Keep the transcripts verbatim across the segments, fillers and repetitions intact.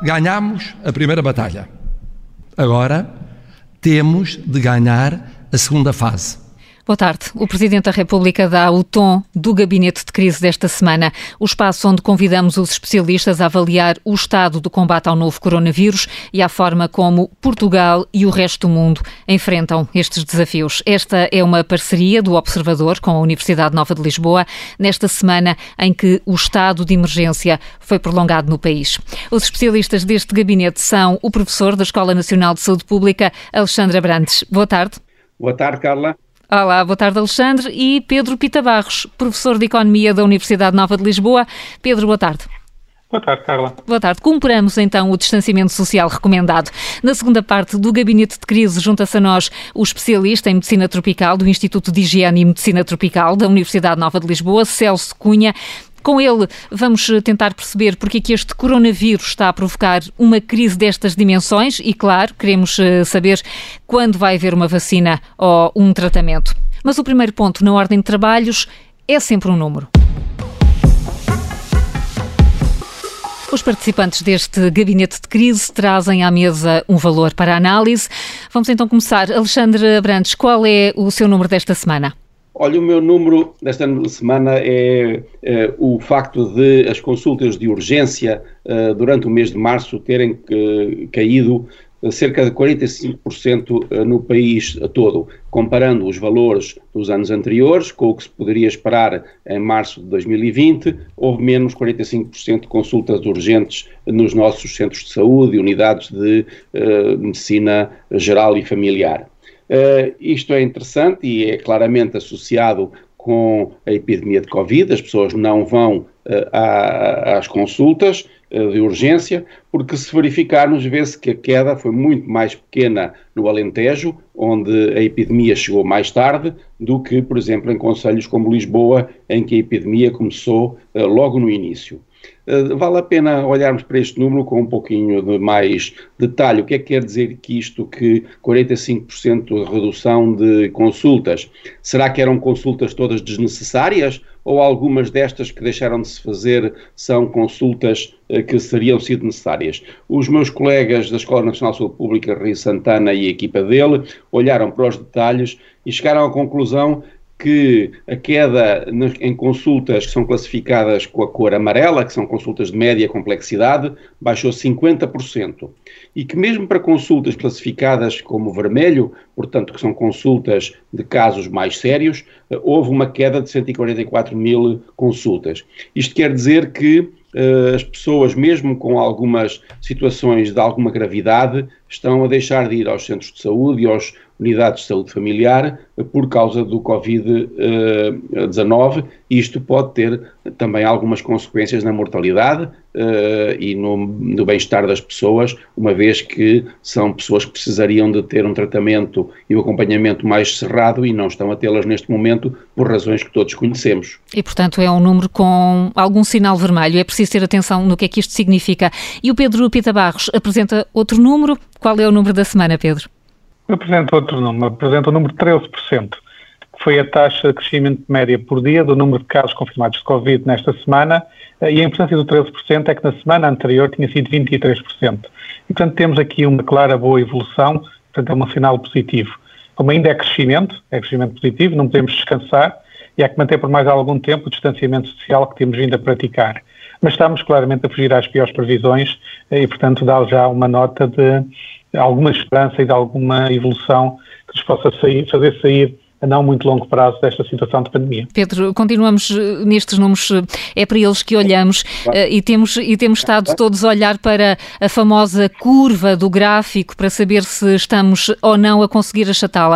Ganhámos a primeira batalha. Agora temos de ganhar a segunda fase. Boa tarde. O Presidente da República dá o tom do gabinete de crise desta semana, o espaço onde convidamos os especialistas a avaliar o estado do combate ao novo coronavírus e a forma como Portugal e o resto do mundo enfrentam estes desafios. Esta é uma parceria do Observador com a Universidade Nova de Lisboa, nesta semana em que o estado de emergência foi prolongado no país. Os especialistas deste gabinete são o professor da Escola Nacional de Saúde Pública, Alexandre Abrantes. Boa tarde. Boa tarde, Carla. Olá, boa tarde, Alexandre. E Pedro Pita Barros, professor de Economia da Universidade Nova de Lisboa. Pedro, boa tarde. Boa tarde, Carla. Boa tarde. Cumpramos então o distanciamento social recomendado. Na segunda parte do Gabinete de Crise junta-se a nós o especialista em Medicina Tropical do Instituto de Higiene e Medicina Tropical da Universidade Nova de Lisboa, Celso Cunha. Com ele vamos tentar perceber porque é que este coronavírus está a provocar uma crise destas dimensões e, claro, queremos saber quando vai haver uma vacina ou um tratamento. Mas o primeiro ponto na ordem de trabalhos é sempre um número. Os participantes deste gabinete de crise trazem à mesa um valor para a análise. Vamos então começar. Alexandre Abrantes, qual é o seu número desta semana? Olha, o meu número desta semana é, é o facto de as consultas de urgência uh, durante o mês de março terem uh, caído uh, cerca de quarenta e cinco por cento no país todo, comparando os valores dos anos anteriores com o que se poderia esperar em março de dois mil e vinte, houve menos quarenta e cinco por cento de consultas urgentes nos nossos centros de saúde e unidades de uh, medicina geral e familiar. Uh, isto é interessante e é claramente associado com a epidemia de Covid. As pessoas não vão uh, à, às consultas uh, de urgência, porque se verificarmos, vê-se que a queda foi muito mais pequena no Alentejo, onde a epidemia chegou mais tarde, do que, por exemplo, em concelhos como Lisboa, em que a epidemia começou uh, logo no início. Uh, vale a pena olharmos para este número com um pouquinho de mais detalhe. O que é que quer dizer que isto, que quarenta e cinco por cento de redução de consultas? Será que eram consultas todas desnecessárias ou algumas destas que deixaram de se fazer são consultas uh, que seriam sido necessárias? Os meus colegas da Escola Nacional de Saúde Pública, Rui Santana e a equipa dele, olharam para os detalhes e chegaram à conclusão que a queda em consultas que são classificadas com a cor amarela, que são consultas de média complexidade, baixou cinquenta por cento. E que mesmo para consultas classificadas como vermelho, portanto que são consultas de casos mais sérios, houve uma queda de cento e quarenta e quatro mil consultas. Isto quer dizer que uh, as pessoas, mesmo com algumas situações de alguma gravidade, estão a deixar de ir aos centros de saúde e às unidades de saúde familiar por causa do covid dezanove. Isto pode ter também algumas consequências na mortalidade uh, e no, no bem-estar das pessoas, uma vez que são pessoas que precisariam de ter um tratamento e um acompanhamento mais cerrado e não estão a tê-las neste momento por razões que todos conhecemos. E, portanto, é um número com algum sinal vermelho. É preciso ter atenção no que é que isto significa. E o Pedro Pita Barros apresenta outro número. Qual é o número da semana, Pedro? Eu apresento outro número, apresento o número treze por cento, que foi a taxa de crescimento média por dia do número de casos confirmados de Covid nesta semana, e a importância do treze por cento é que na semana anterior tinha sido vinte e três por cento. E, portanto, temos aqui uma clara boa evolução, portanto, é um sinal positivo. Como ainda é crescimento, é crescimento positivo, não podemos descansar, e há que manter por mais algum tempo o distanciamento social que temos vindo a praticar. Mas estamos claramente a fugir às piores previsões e, portanto, dá já uma nota de alguma esperança e de alguma evolução que nos possa sair, fazer sair a não muito longo prazo desta situação de pandemia. Pedro, continuamos nestes números, é para eles que olhamos e temos, e temos estado todos a olhar para a famosa curva do gráfico para saber se estamos ou não a conseguir achatá-la.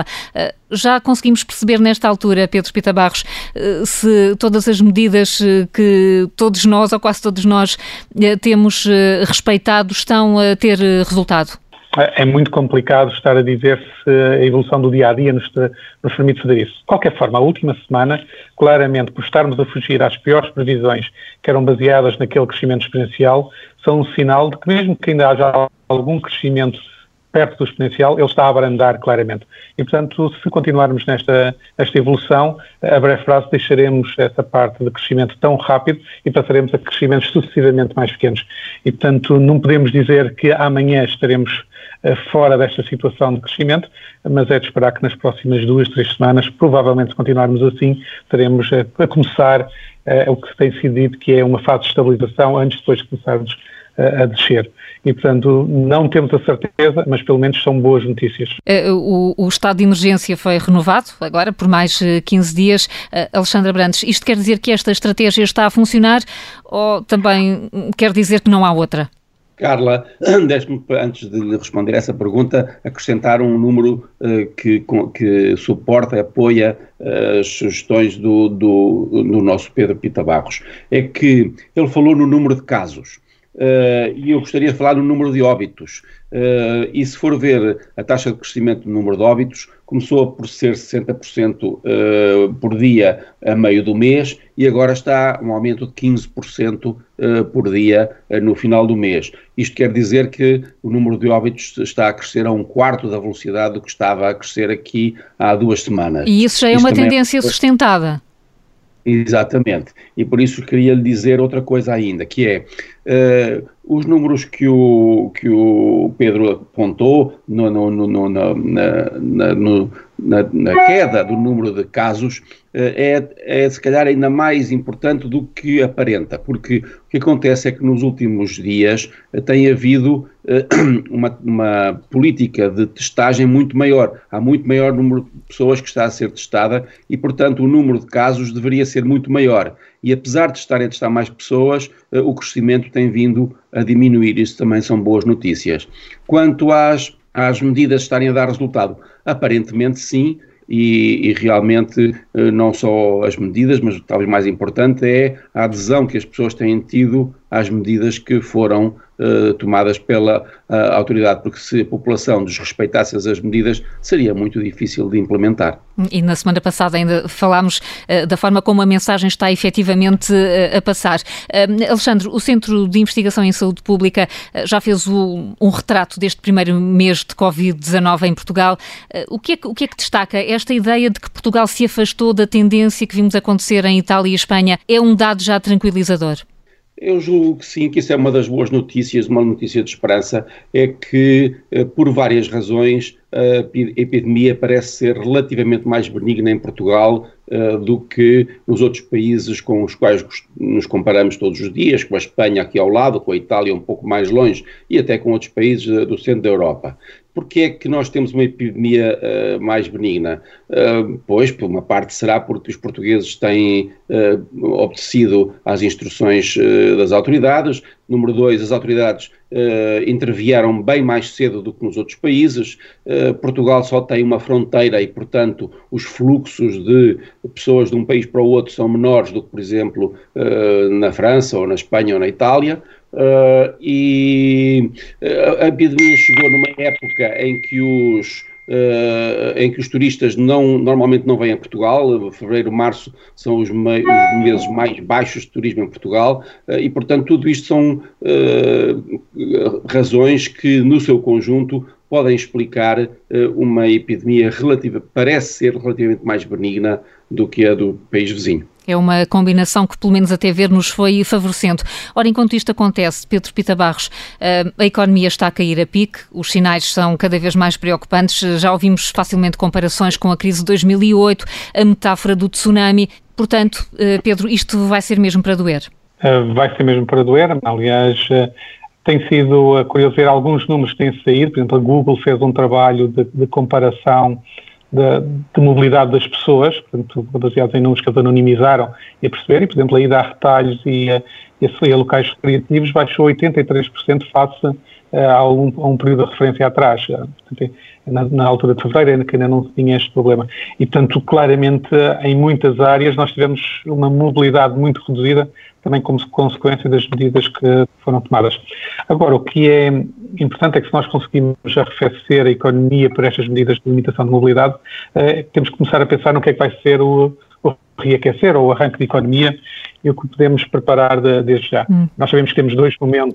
Já conseguimos perceber nesta altura, Pedro Pita Barros, se todas as medidas que todos nós, ou quase todos nós, temos respeitado estão a ter resultado? É muito complicado estar a dizer se a evolução do dia-a-dia nos, nos permite fazer isso. De qualquer forma, a última semana, claramente, por estarmos a fugir às piores previsões que eram baseadas naquele crescimento exponencial, são um sinal de que mesmo que ainda haja algum crescimento perto do exponencial, ele está a abrandar claramente. E, portanto, se continuarmos nesta, nesta evolução, a breve prazo deixaremos essa parte de crescimento tão rápido e passaremos a crescimentos sucessivamente mais pequenos. E, portanto, não podemos dizer que amanhã estaremos uh, fora desta situação de crescimento, mas é de esperar que nas próximas duas, três semanas, provavelmente se continuarmos assim, teremos uh, a começar uh, o que tem sido dito, que é uma fase de estabilização antes depois de começarmos uh, a descer. E, portanto, não temos a certeza, mas pelo menos são boas notícias. O, o estado de emergência foi renovado, agora por mais quinze dias. Alexandra Brandes, isto quer dizer que esta estratégia está a funcionar ou também quer dizer que não há outra? Carla, deixe-me, antes de lhe responder essa pergunta, acrescentar um número uh, que, que suporta, apoia uh, as sugestões do, do, do nosso Pedro Pita Barros. É que ele falou no número de casos. Uh, e eu gostaria de falar no número de óbitos, uh, e se for ver a taxa de crescimento do número de óbitos, começou por ser sessenta por cento uh, por dia a meio do mês e agora está um aumento de quinze por cento uh, por dia uh, no final do mês. Isto quer dizer que o número de óbitos está a crescer a um quarto da velocidade do que estava a crescer aqui há duas semanas. E isso já é Isto uma tendência é... sustentada. Exatamente, e por isso queria lhe dizer outra coisa ainda, que é, uh, os números que o, que o Pedro apontou no, no, no, na, na, no, na, na queda do número de casos uh, é, é se calhar ainda mais importante do que aparenta, porque o que acontece é que nos últimos dias uh, tem havido uh, uma, uma política de testagem muito maior, há muito maior número de pessoas que está a ser testada e, portanto, o número de casos deveria ser muito maior. E apesar de estarem a testar mais pessoas, uh, o crescimento tem vindo a diminuir. Isso também são boas notícias. Quanto às, às medidas estarem a dar resultado, aparentemente sim, e, e realmente uh, não só as medidas, mas talvez mais importante é a adesão que as pessoas têm tido às medidas que foram uh, tomadas pela uh, autoridade, porque se a população desrespeitasse as medidas, seria muito difícil de implementar. E na semana passada ainda falámos uh, da forma como a mensagem está efetivamente uh, a passar. Uh, Alexandre, o Centro de Investigação em Saúde Pública uh, já fez o, um retrato deste primeiro mês de covid dezanove em Portugal. Uh, o, que é que, o que é que destaca? Esta ideia de que Portugal se afastou da tendência que vimos acontecer em Itália e Espanha é um dado já tranquilizador? Eu julgo que sim, que isso é uma das boas notícias, uma notícia de esperança, é que, por várias razões, a epidemia parece ser relativamente mais benigna em Portugal uh, do que nos outros países com os quais nos comparamos todos os dias, com a Espanha aqui ao lado, com a Itália um pouco mais longe e até com outros países uh, do centro da Europa. Porquê é que nós temos uma epidemia uh, mais benigna? Uh, pois, por uma parte será porque os portugueses têm uh, obedecido às instruções uh, das autoridades. Número dois, as autoridades uh, intervieram bem mais cedo do que nos outros países. Uh, Portugal só tem uma fronteira e, portanto, os fluxos de pessoas de um país para o outro são menores do que, por exemplo, uh, na França ou na Espanha ou na Itália. Uh, e uh, a epidemia chegou numa época em que os Uh, em que os turistas não, normalmente não vêm a Portugal. Fevereiro, março são os, mei, os meses mais baixos de turismo em Portugal uh, e, portanto, tudo isto são uh, razões que, no seu conjunto, podem explicar uh, uma epidemia relativa, parece ser relativamente mais benigna do que a do país vizinho. É uma combinação que, pelo menos até ver, nos foi favorecendo. Ora, enquanto isto acontece, Pedro Pita Barros, a economia está a cair a pique, os sinais são cada vez mais preocupantes, já ouvimos facilmente comparações com a crise de dois mil e oito, a metáfora do tsunami. Portanto, Pedro, isto vai ser mesmo para doer? Vai ser mesmo para doer, aliás... Tem sido curioso ver alguns números que têm saído. Por exemplo, a Google fez um trabalho de, de comparação de, de mobilidade das pessoas, portanto, baseados em números que eles anonimizaram e a perceber. E, por exemplo, a ida a retalhos e a, e a locais recreativos baixou oitenta e três por cento face a um, a um período de referência atrás. Na, na altura de fevereiro, que ainda não tinha este problema. E, portanto, claramente, em muitas áreas nós tivemos uma mobilidade muito reduzida, também como consequência das medidas que foram tomadas. Agora, o que é importante é que se nós conseguimos arrefecer a economia por estas medidas de limitação de mobilidade, eh, temos que começar a pensar no que é que vai ser o, o reaquecer ou o arranque de economia e o que podemos preparar de, desde já. Hum. Nós sabemos que temos dois momentos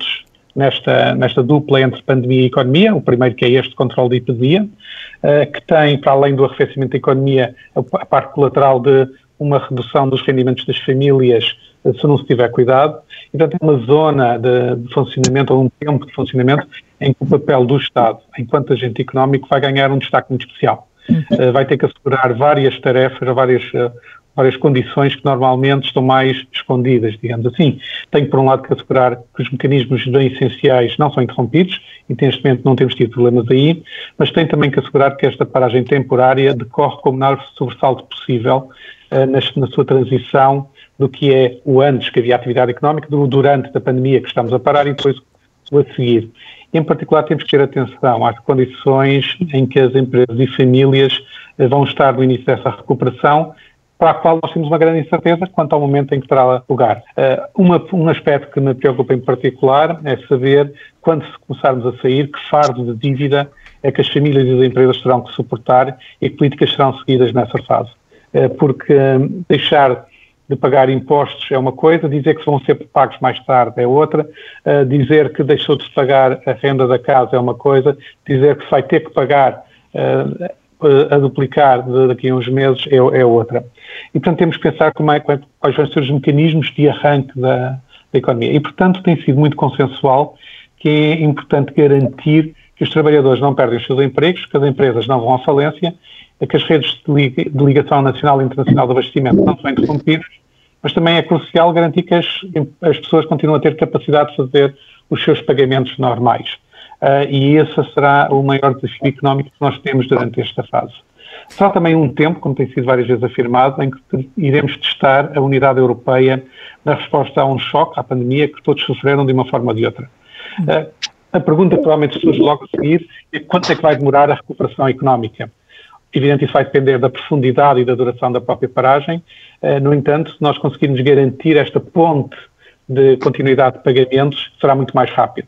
nesta, nesta dupla entre pandemia e economia. O primeiro, que é este controle da epidemia, uh, que tem, para além do arrefecimento da economia, a, a parte colateral de uma redução dos rendimentos das famílias, uh, se não se tiver cuidado. E, portanto, é uma zona de, de funcionamento, ou um tempo de funcionamento, em que o papel do Estado, enquanto agente económico, vai ganhar um destaque muito especial. Uh, vai ter que assegurar várias tarefas, várias... Uh, várias condições que normalmente estão mais escondidas, digamos assim. Tem, por um lado, que assegurar que os mecanismos bem essenciais não são interrompidos, e neste momento não temos tido problemas aí, mas tem também que assegurar que esta paragem temporária decorre com o menor sobressalto possível uh, na, na sua transição do que é o antes que havia atividade económica, do durante da pandemia que estamos a parar e depois o a seguir. Em particular, temos que ter atenção às condições em que as empresas e famílias uh, vão estar no início dessa recuperação, para a qual nós temos uma grande incerteza quanto ao momento em que terá lugar. Uh, uma, um aspecto que me preocupa em particular é saber, quando começarmos a sair, que fardo de dívida é que as famílias e as empresas terão que suportar e que políticas serão seguidas nessa fase. Uh, porque uh, deixar de pagar impostos é uma coisa, dizer que vão ser pagos mais tarde é outra, uh, dizer que deixou de se pagar a renda da casa é uma coisa, dizer que se vai ter que pagar uh, a duplicar daqui a uns meses é, é outra. E, portanto, temos que pensar como é, quais vão ser os mecanismos de arranque da, da economia. E, portanto, tem sido muito consensual que é importante garantir que os trabalhadores não perdem os seus empregos, que as empresas não vão à falência, que as redes de ligação nacional e internacional de abastecimento não são interrompidas, mas também é crucial garantir que as, as pessoas continuam a ter capacidade de fazer os seus pagamentos normais. Uh, e esse será o maior desafio económico que nós temos durante esta fase. Será também um tempo, como tem sido várias vezes afirmado, em que iremos testar a unidade europeia na resposta a um choque, à pandemia, que todos sofreram de uma forma ou de outra. Uh, a pergunta que provavelmente surge logo a seguir é quanto é que vai demorar a recuperação económica. Evidente, isso vai depender da profundidade e da duração da própria paragem. Uh, no entanto, se nós conseguirmos garantir esta ponte de continuidade de pagamentos, será muito mais rápido.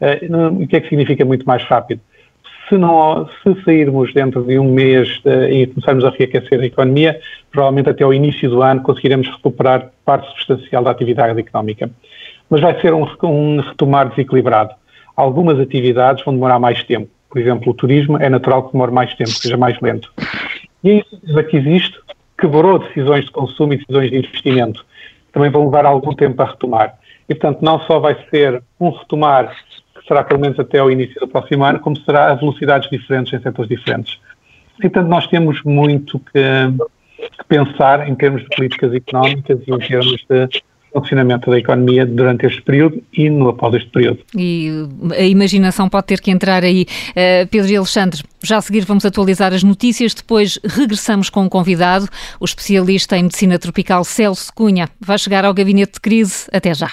Uh, o que é que significa muito mais rápido? Se, não, se sairmos dentro de um mês uh, e começarmos a reaquecer a economia, provavelmente até ao início do ano conseguiremos recuperar parte substancial da atividade económica. Mas vai ser um, um retomar desequilibrado. Algumas atividades vão demorar mais tempo. Por exemplo, o turismo é natural que demore mais tempo, seja mais lento. E a incerteza que existe quebrou decisões de consumo e decisões de investimento, que também vão levar algum tempo a retomar. E, portanto, não só vai ser um retomar que será pelo menos até ao início do próximo ano, como será a velocidades diferentes em setores diferentes. E, portanto, nós temos muito que, que pensar em termos de políticas económicas e em termos de funcionamento da economia durante este período e no após este período. E a imaginação pode ter que entrar aí. Uh, Pedro e Alexandre, já a seguir vamos atualizar as notícias, depois regressamos com um convidado, o especialista em medicina tropical Celso Cunha. Vai chegar ao gabinete de crise. Até já.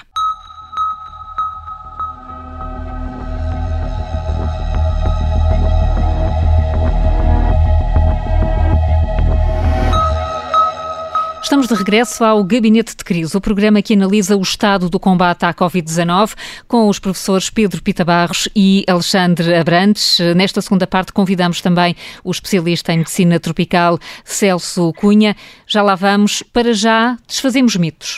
Estamos de regresso ao Gabinete de Crise, o programa que analisa o estado do combate à covid dezanove, com os professores Pedro Pita Barros e Alexandre Abrantes. Nesta segunda parte convidamos também o especialista em medicina tropical Celso Cunha. Já lá vamos, para já desfazemos mitos.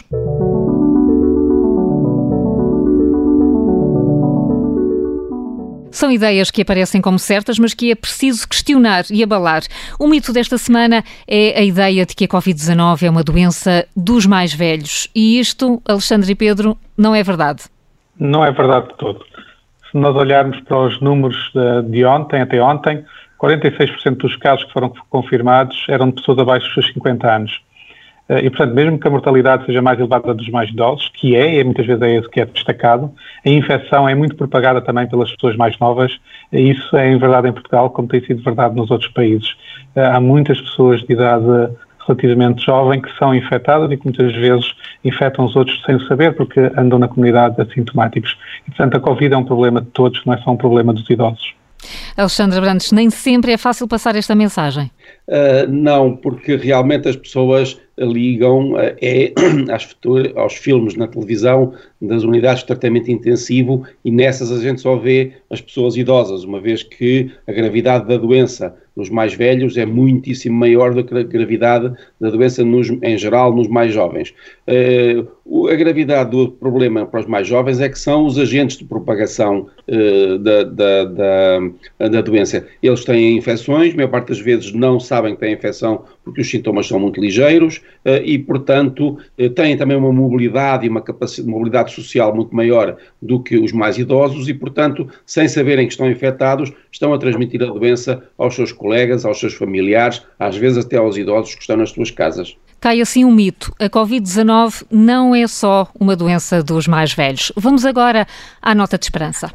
São ideias que aparecem como certas, mas que é preciso questionar e abalar. O mito desta semana é a ideia de que a covid dezanove é uma doença dos mais velhos. E isto, Alexandre e Pedro, não é verdade. Não é verdade de todo. Se nós olharmos para os números de ontem, até ontem, quarenta e seis por cento dos casos que foram confirmados eram de pessoas abaixo dos seus cinquenta anos. E, portanto, mesmo que a mortalidade seja mais elevada dos mais idosos, que é, e muitas vezes é esse que é destacado, a infecção é muito propagada também pelas pessoas mais novas, e isso é em verdade em Portugal, como tem sido verdade nos outros países. Há muitas pessoas de idade relativamente jovem que são infectadas e que muitas vezes infectam os outros sem o saber, porque andam na comunidade assintomáticos. E, portanto, a Covid é um problema de todos, não é só um problema dos idosos. Alexandre Abrantes, nem sempre é fácil passar esta mensagem. Uh, não, porque realmente as pessoas ligam uh, é, às, aos filmes na televisão das unidades de tratamento intensivo e nessas a gente só vê as pessoas idosas, uma vez que a gravidade da doença nos mais velhos é muitíssimo maior do que a gravidade da doença nos, em geral nos mais jovens. Uh, a gravidade do problema para os mais jovens é que são os agentes de propagação uh, da, da, da, da doença. Eles têm infecções, a maior parte das vezes não sabem que têm infecção porque os sintomas são muito ligeiros uh, e, portanto, uh, têm também uma mobilidade e uma capacidade, mobilidade social muito maior do que os mais idosos e, portanto, sem saberem que estão infectados, estão a transmitir a doença aos seus colegas, aos seus familiares, às vezes até aos idosos que estão nas suas casas. Cai assim um mito. A covid dezanove não é só uma doença dos mais velhos. Vamos agora à nota de esperança.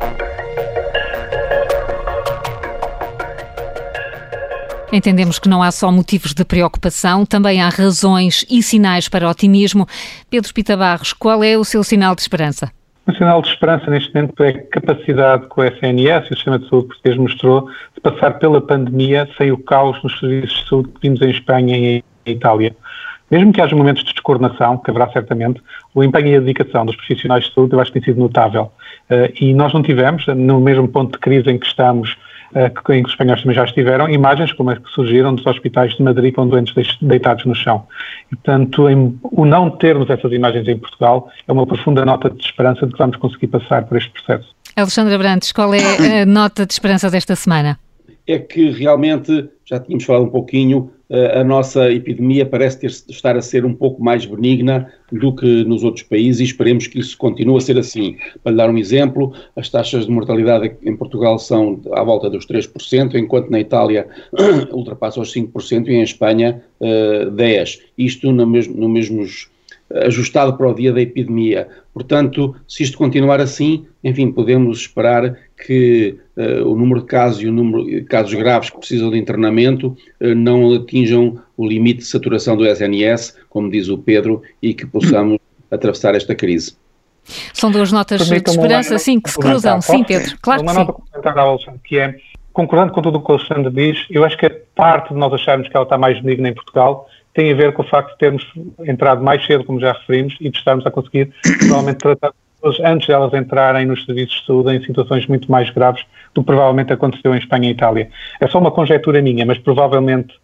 Entendemos que não há só motivos de preocupação, também há razões e sinais para otimismo. Pedro Pita Barros, qual é o seu sinal de esperança? O sinal de esperança neste momento é a capacidade que o S N S e o Sistema de Saúde português mostrou de passar pela pandemia sem o caos nos serviços de saúde que vimos em Espanha e em Itália. Mesmo que haja momentos de descoordenação, que haverá certamente, o empenho e a dedicação dos profissionais de saúde eu acho que tem sido notável. Uh, e nós não tivemos, no mesmo ponto de crise em que estamos, uh, em que os espanhóis também já estiveram, imagens como as que surgiram dos hospitais de Madrid com doentes deitados no chão. E, portanto, em, o não termos essas imagens em Portugal é uma profunda nota de esperança de que vamos conseguir passar por este processo. Alexandre Abrantes, qual é a nota de esperança desta semana? É que realmente, já tínhamos falado um pouquinho, a nossa epidemia parece ter, estar a ser um pouco mais benigna do que nos outros países e esperemos que isso continue a ser assim. Para lhe dar um exemplo, as taxas de mortalidade em Portugal são à volta dos três por cento, enquanto na Itália ultrapassa os cinco por cento e em Espanha uh, dez por cento. Isto no mesmo, no mesmos, ajustado para o dia da epidemia. Portanto, se isto continuar assim, enfim, podemos esperar que uh, o número de casos e o número de casos graves que precisam de internamento uh, não atinjam o limite de saturação do S N S, como diz o Pedro, e que possamos atravessar esta crise. São duas notas de esperança, sim, que se cruzam. Sim, Pedro, claro que sim. Uma nota complementar ao Alexandre, que é, concordando com tudo o que o Alexandre diz, eu acho que a parte de nós acharmos que ela está mais benigna em Portugal tem a ver com o facto de termos entrado mais cedo, como já referimos, e de estarmos a conseguir, provavelmente, tratar pessoas antes de elas entrarem nos serviços de saúde em situações muito mais graves do que provavelmente aconteceu em Espanha e Itália. É só uma conjectura minha, mas provavelmente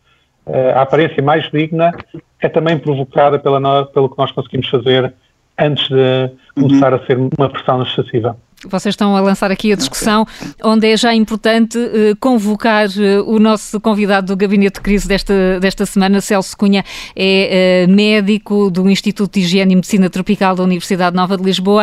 a aparência mais digna é também provocada pela no, pelo que nós conseguimos fazer antes de começar uhum. a ser uma pressão excessiva. Vocês estão a lançar aqui a discussão, onde é já importante uh, convocar uh, o nosso convidado do Gabinete de Crise desta, desta semana, Celso Cunha, é uh, médico do Instituto de Higiene e Medicina Tropical da Universidade Nova de Lisboa.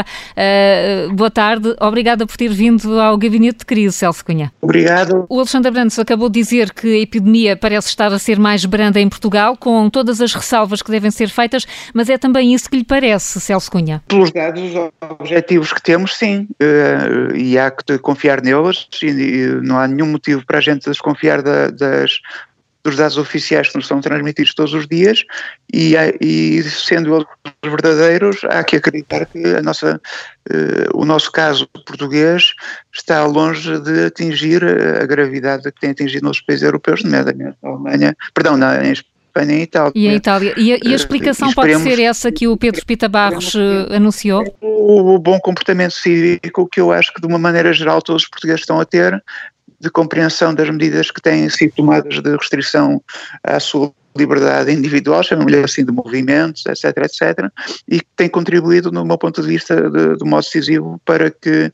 Uh, boa tarde, obrigada por ter vindo ao Gabinete de Crise, Celso Cunha. Obrigado. O Alexandre Abrantes acabou de dizer que a epidemia parece estar a ser mais branda em Portugal, com todas as ressalvas que devem ser feitas, mas é também isso que lhe parece, Celso Cunha? Pelos dados objetivos que temos, sim. Uh, e há que confiar neles e, e não há nenhum motivo para a gente desconfiar da, das, dos dados oficiais que nos são transmitidos todos os dias e, e sendo eles verdadeiros, há que acreditar que a nossa, uh, o nosso caso português está longe de atingir a gravidade que tem atingido nos países europeus, nomeadamente na Alemanha, perdão, na, em Espanha. Em Itália. E a Itália. E a, e a explicação uh, pode ser essa que o Pedro Pita Barros uh, anunciou? O, o bom comportamento cívico que eu acho que de uma maneira geral todos os portugueses estão a ter, de compreensão das medidas que têm sido tomadas de restrição à sua liberdade individual, chamamos-lhe assim, de movimentos, etc, etcétera, e que tem contribuído, no meu ponto de vista, de, de modo decisivo para que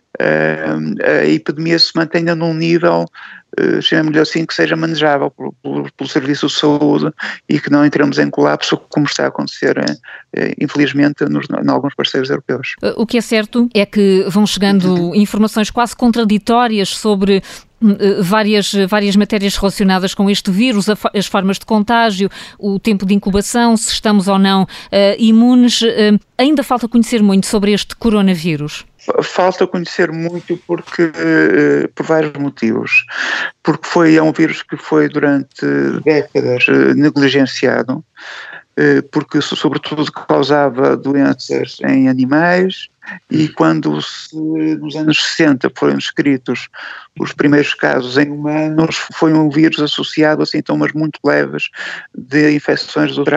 uh, a epidemia se mantenha num nível, Uh, chamemos-lhe assim, que seja manejável pelo, pelo, pelo Serviço de Saúde e que não entremos em colapso como está a acontecer, uh, infelizmente, nos, em alguns parceiros europeus. O que é certo é que vão chegando informações quase contraditórias sobre várias, várias matérias relacionadas com este vírus, as formas de contágio, o tempo de incubação, se estamos ou não uh, imunes. Uh, ainda falta conhecer muito sobre este coronavírus? Falta conhecer muito porque, uh, por vários motivos. Porque foi, é um vírus que foi durante décadas uh, negligenciado, uh, porque sobretudo causava doenças em animais, e quando se, nos anos sessenta foram descritos os primeiros casos em humanos, foi um vírus associado a sintomas muito leves de infecções do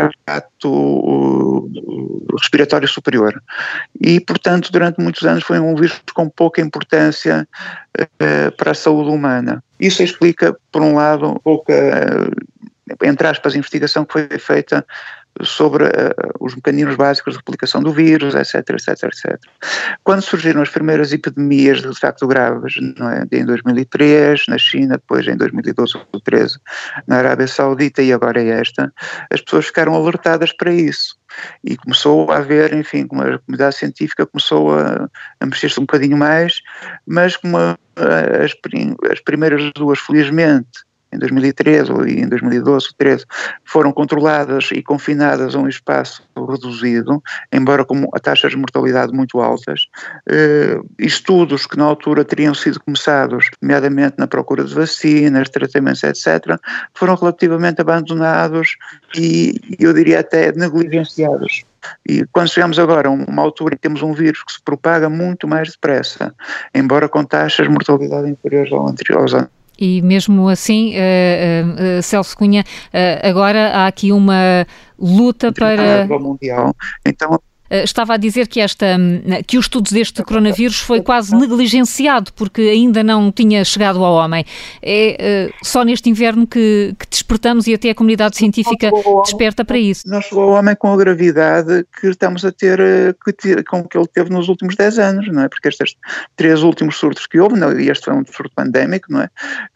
trato respiratório superior. E, portanto, durante muitos anos foi um vírus com pouca importância uh, para a saúde humana. Isso explica, por um lado, pouca, entre aspas, investigação que foi feita sobre uh, os mecanismos básicos de replicação do vírus, etc, etc, etcétera. Quando surgiram as primeiras epidemias de facto graves, não é? Em dois mil e três, na China, depois em dois mil e doze ou dois mil e treze, na Arábia Saudita e agora é esta, as pessoas ficaram alertadas para isso. E começou a haver, enfim, como a comunidade científica começou a, a mexer-se um bocadinho mais, mas como a, a, as, prim, as primeiras duas, felizmente, em dois mil e treze ou em dois mil e doze ou treze, foram controladas e confinadas a um espaço reduzido, embora com taxas de mortalidade muito altas. Eh, estudos que na altura teriam sido começados, nomeadamente na procura de vacinas, tratamentos, etcétera, foram relativamente abandonados e, eu diria até negligenciados. E quando chegamos agora a uma altura em que temos um vírus que se propaga muito mais depressa, embora com taxas de mortalidade inferiores ao anterior, aos anos. E mesmo assim, uh, uh, Celso Cunha, uh, agora há aqui uma luta para... mundial. Então... Estava a dizer que, esta, que os estudos deste coronavírus foi quase negligenciado porque ainda não tinha chegado ao homem. É uh, só neste inverno que, que despertamos e até a comunidade científica desperta para isso. Não chegou ao homem com a gravidade que estamos a ter, que, com que ele teve nos últimos dez anos, não é? Porque estes três últimos surtos que houve, não, e este foi um surto pandémico, não é?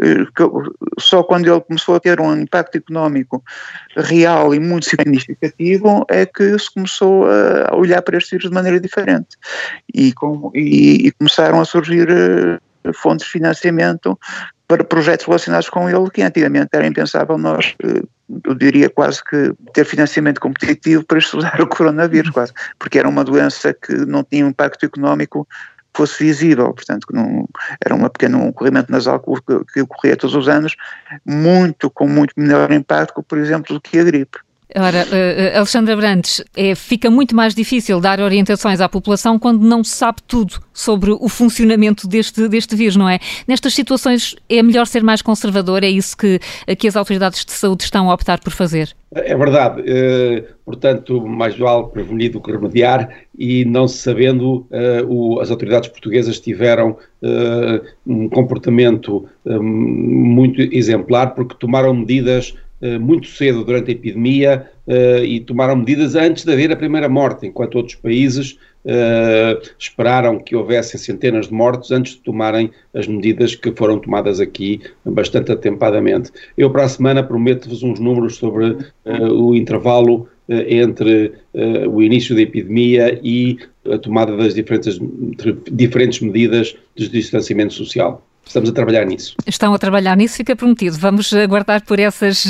Só quando ele começou a ter um impacto económico real e muito significativo é que se começou a olhar para estes vírus de maneira diferente e, com, e, e começaram a surgir uh, fontes de financiamento para projetos relacionados com ele que antigamente era impensável nós, uh, eu diria quase que ter financiamento competitivo para estudar o coronavírus, quase, porque era uma doença que não tinha um impacto económico fosse visível, portanto que não, era uma pequena, um corrimento nasal que, que ocorria todos os anos, muito, com muito menor impacto, por exemplo, do que a gripe. Ora, uh, Alexandra Brandes, é, fica muito mais difícil dar orientações à população quando não se sabe tudo sobre o funcionamento deste, deste vírus, não é? Nestas situações é melhor ser mais conservador, é isso que, que as autoridades de saúde estão a optar por fazer? É verdade, uh, portanto, mais vale prevenir do que remediar e não se sabendo, uh, o, as autoridades portuguesas tiveram uh, um comportamento um, muito exemplar porque tomaram medidas muito cedo durante a epidemia uh, e tomaram medidas antes de haver a primeira morte, enquanto outros países uh, esperaram que houvessem centenas de mortos antes de tomarem as medidas que foram tomadas aqui bastante atempadamente. Eu para a semana prometo-vos uns números sobre uh, o intervalo uh, entre uh, o início da epidemia e a tomada das diferentes, diferentes medidas de distanciamento social. Estamos a trabalhar nisso. Estão a trabalhar nisso, fica prometido. Vamos aguardar por essas,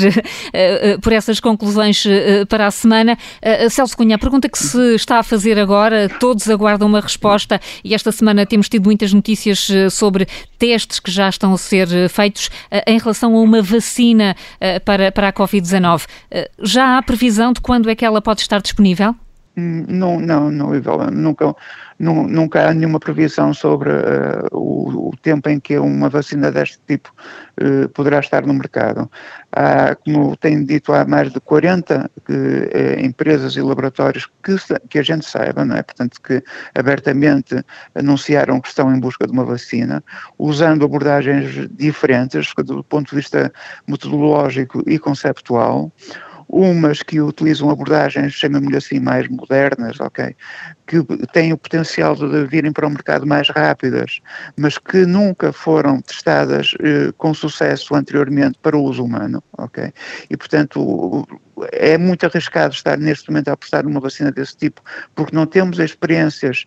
por essas conclusões para a semana. Celso Cunha, a pergunta que se está a fazer agora, todos aguardam uma resposta e esta semana temos tido muitas notícias sobre testes que já estão a ser feitos em relação a uma vacina para, para a covid dezanove. Já há previsão de quando é que ela pode estar disponível? Não, não, não, nunca, nunca há nenhuma previsão sobre uh, o, o tempo em que uma vacina deste tipo uh, poderá estar no mercado. Há, como tenho dito, há mais de quarenta uh, empresas e laboratórios que, que a gente saiba, não é? Portanto, que abertamente anunciaram que estão em busca de uma vacina, usando abordagens diferentes do ponto de vista metodológico e conceptual. Umas que utilizam abordagens, chamemos-lhe assim, mais modernas, ok, que têm o potencial de virem para o mercado mais rápidas, mas que nunca foram testadas eh, com sucesso anteriormente para o uso humano, ok? E, portanto, é muito arriscado estar neste momento a apostar numa vacina desse tipo, porque não temos experiências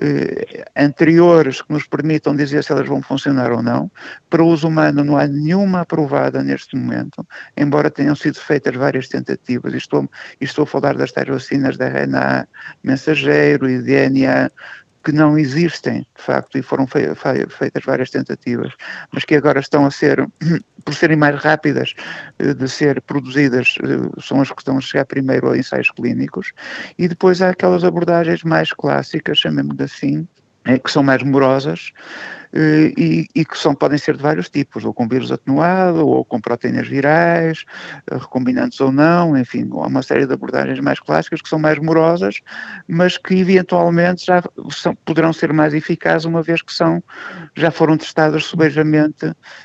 eh, anteriores que nos permitam dizer se elas vão funcionar ou não. Para o uso humano não há nenhuma aprovada neste momento, embora tenham sido feitas várias tentativas, e estou, e estou a falar das tais vacinas de R N A mensageiro e D N A que não existem, de facto, e foram fe- fe- feitas várias tentativas, mas que agora estão a ser, por serem mais rápidas de ser produzidas, são as que estão a chegar primeiro a ensaios clínicos, e depois há aquelas abordagens mais clássicas, chamemos-de assim, que são mais morosas, E, e que são, podem ser de vários tipos, ou com vírus atenuado, ou com proteínas virais, recombinantes ou não, enfim, há uma série de abordagens mais clássicas que são mais morosas, mas que eventualmente já são, poderão ser mais eficazes, uma vez que são, já foram testadas subejamente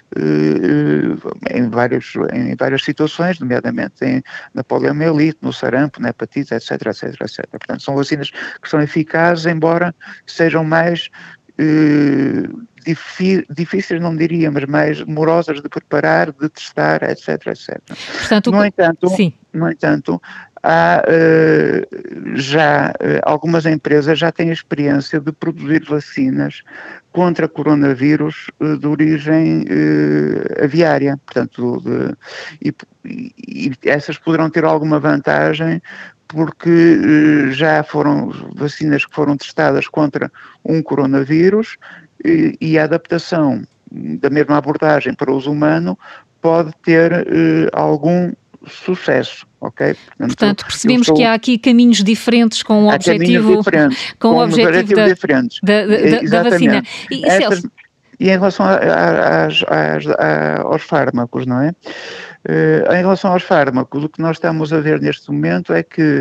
eh, em, vários, em várias situações, nomeadamente em, na poliomielite, no sarampo, na hepatite, etc, etc, etc. Portanto, são vacinas que são eficazes, embora sejam mais Uh, difíceis, não diria, mas mais morosas de preparar, de testar, etc, etcétera. Portanto, no, entanto, sim. no entanto, há uh, já uh, algumas empresas já têm experiência de produzir vacinas contra coronavírus uh, de origem uh, aviária, portanto, de, e, e essas poderão ter alguma vantagem, porque eh, já foram vacinas que foram testadas contra um coronavírus e, e a adaptação da mesma abordagem para o uso humano pode ter eh, algum sucesso, ok? Portanto, Portanto percebemos sou... que há aqui caminhos diferentes com o há objetivo, diferentes, com, com o objetivo da, diferentes. Da, da, da vacina. E, Estas, e em relação a, a, a, a, aos fármacos, não é? Uh, em relação aos fármacos, o que nós estamos a ver neste momento é que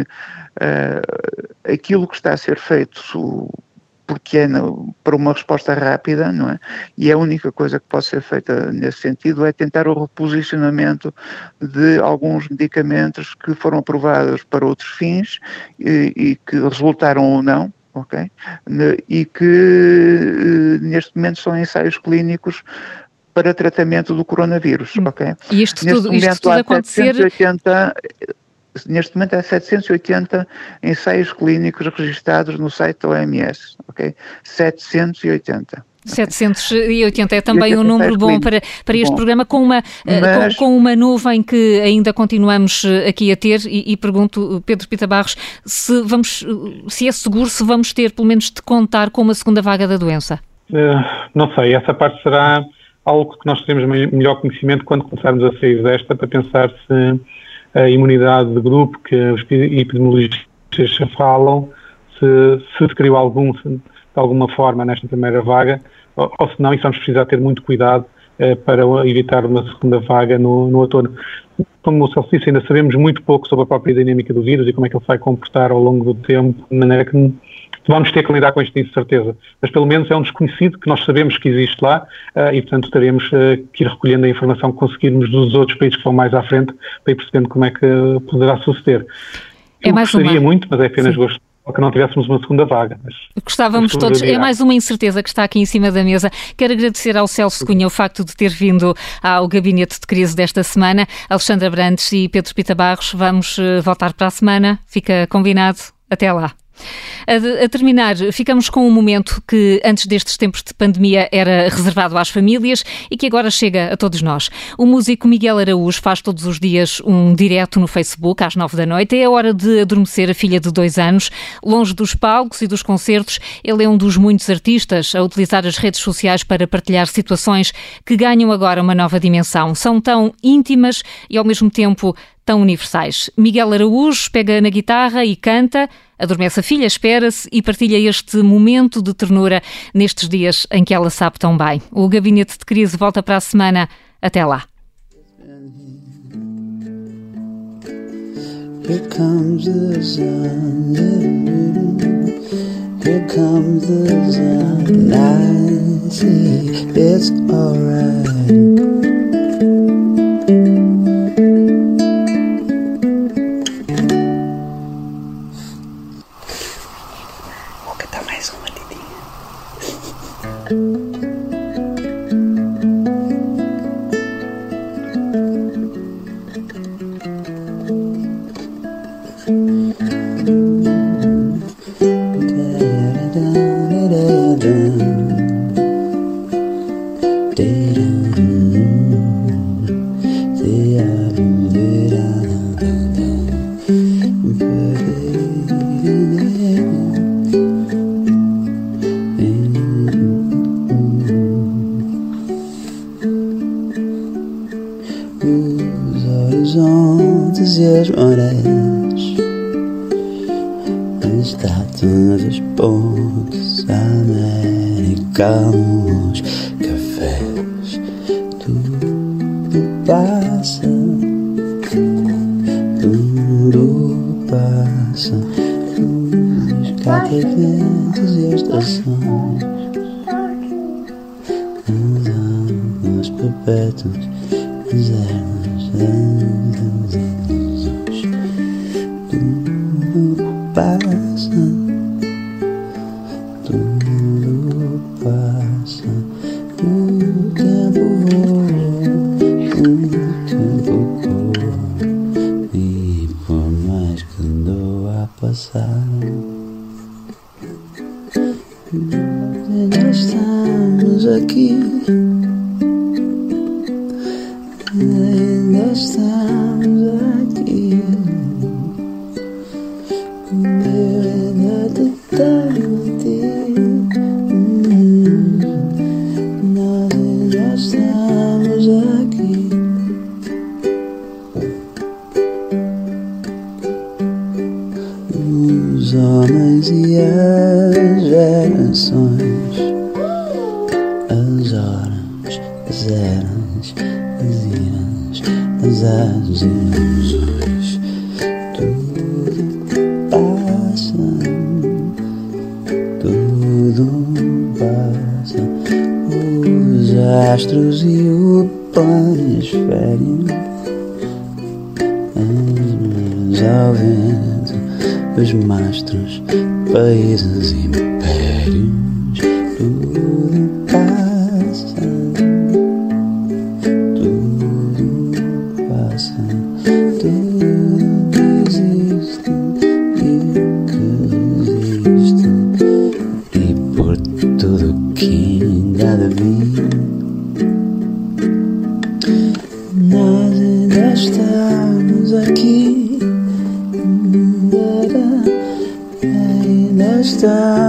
uh, aquilo que está a ser feito, porque é no, para uma resposta rápida, não é? E a única coisa que pode ser feita nesse sentido é tentar o reposicionamento de alguns medicamentos que foram aprovados para outros fins e, e que resultaram ou não, ok? E que uh, neste momento são ensaios clínicos para tratamento do coronavírus, ok? E isto neste tudo, momento, isto tudo há acontecer... setecentos e oitenta, neste momento há setecentos e oitenta ensaios clínicos registados no site da O M S, ok? setecentos e oitenta. setecentos e oitenta é também um número bom para, para este bom. programa, com uma, Mas... com, com uma nuvem que ainda continuamos aqui a ter, e, e pergunto, Pedro Pita Barros, se, vamos, se é seguro, se vamos ter pelo menos de contar com uma segunda vaga da doença? Uh, não sei, essa parte será algo que nós teremos melhor conhecimento quando começarmos a sair desta, para pensar se a imunidade de grupo que os epidemiologistas falam, se, se se criou algum, se, de alguma forma nesta primeira vaga, ou, ou se não, e vamos precisar ter muito cuidado eh, para evitar uma segunda vaga no, no outono. Como o Celso disse, ainda sabemos muito pouco sobre a própria dinâmica do vírus e como é que ele se vai comportar ao longo do tempo, de maneira que vamos ter que lidar com isto de incerteza, mas pelo menos é um desconhecido que nós sabemos que existe lá uh, e, portanto, teremos uh, que ir recolhendo a informação que conseguirmos dos outros países que estão mais à frente para ir percebendo como é que poderá suceder. Eu é mais gostaria uma... muito, mas é apenas Sim. gosto que não tivéssemos uma segunda vaga. Mas Gostávamos todos, é mais uma incerteza que está aqui em cima da mesa. Quero agradecer ao Celso Cunha o facto de ter vindo ao gabinete de crise desta semana. Alexandra Brandes e Pedro Pita Barros, vamos uh, voltar para a semana, fica combinado, até lá. A, a terminar, ficamos com um momento que antes destes tempos de pandemia era reservado às famílias e que agora chega a todos nós. O músico Miguel Araújo faz todos os dias um direto no Facebook às nove da noite. É a hora de adormecer a filha de dois anos. Longe dos palcos e dos concertos, ele é um dos muitos artistas a utilizar as redes sociais para partilhar situações que ganham agora uma nova dimensão. São tão íntimas e ao mesmo tempo tão universais. Miguel Araújo pega na guitarra e canta, adormece a filha, espera-se e partilha este momento de ternura nestes dias em que ela sabe tão bem. O Gabinete de Crise volta para a semana. Até lá. Here comes the sun, here comes the sun, I see it's alright. Da-da-da-da-da. ventos e as marés, as estátuas, os pontos americanos, cafés, tudo passa, tudo passa, os cataventos e as estações, os anos perpétuos, as ervas, as ilusões, tudo passa, tudo passa, o tempo voa, o tempo voa, e por mais que andou a passar, ainda estamos aqui, ainda estamos aqui, eu ainda te tenho a ti, nós ainda estamos aqui. Os homens e as gerações, as horas, as eras, as iras, as as ilusões, tudo passa, tudo passa, os astros e o planisfério, as mãos ao vento, os mastros, países e impérios, tudo passa, tudo passa, tudo que existe e o que resiste, e por tudo que ainda há de vir, nós ainda estamos aqui. Ainda está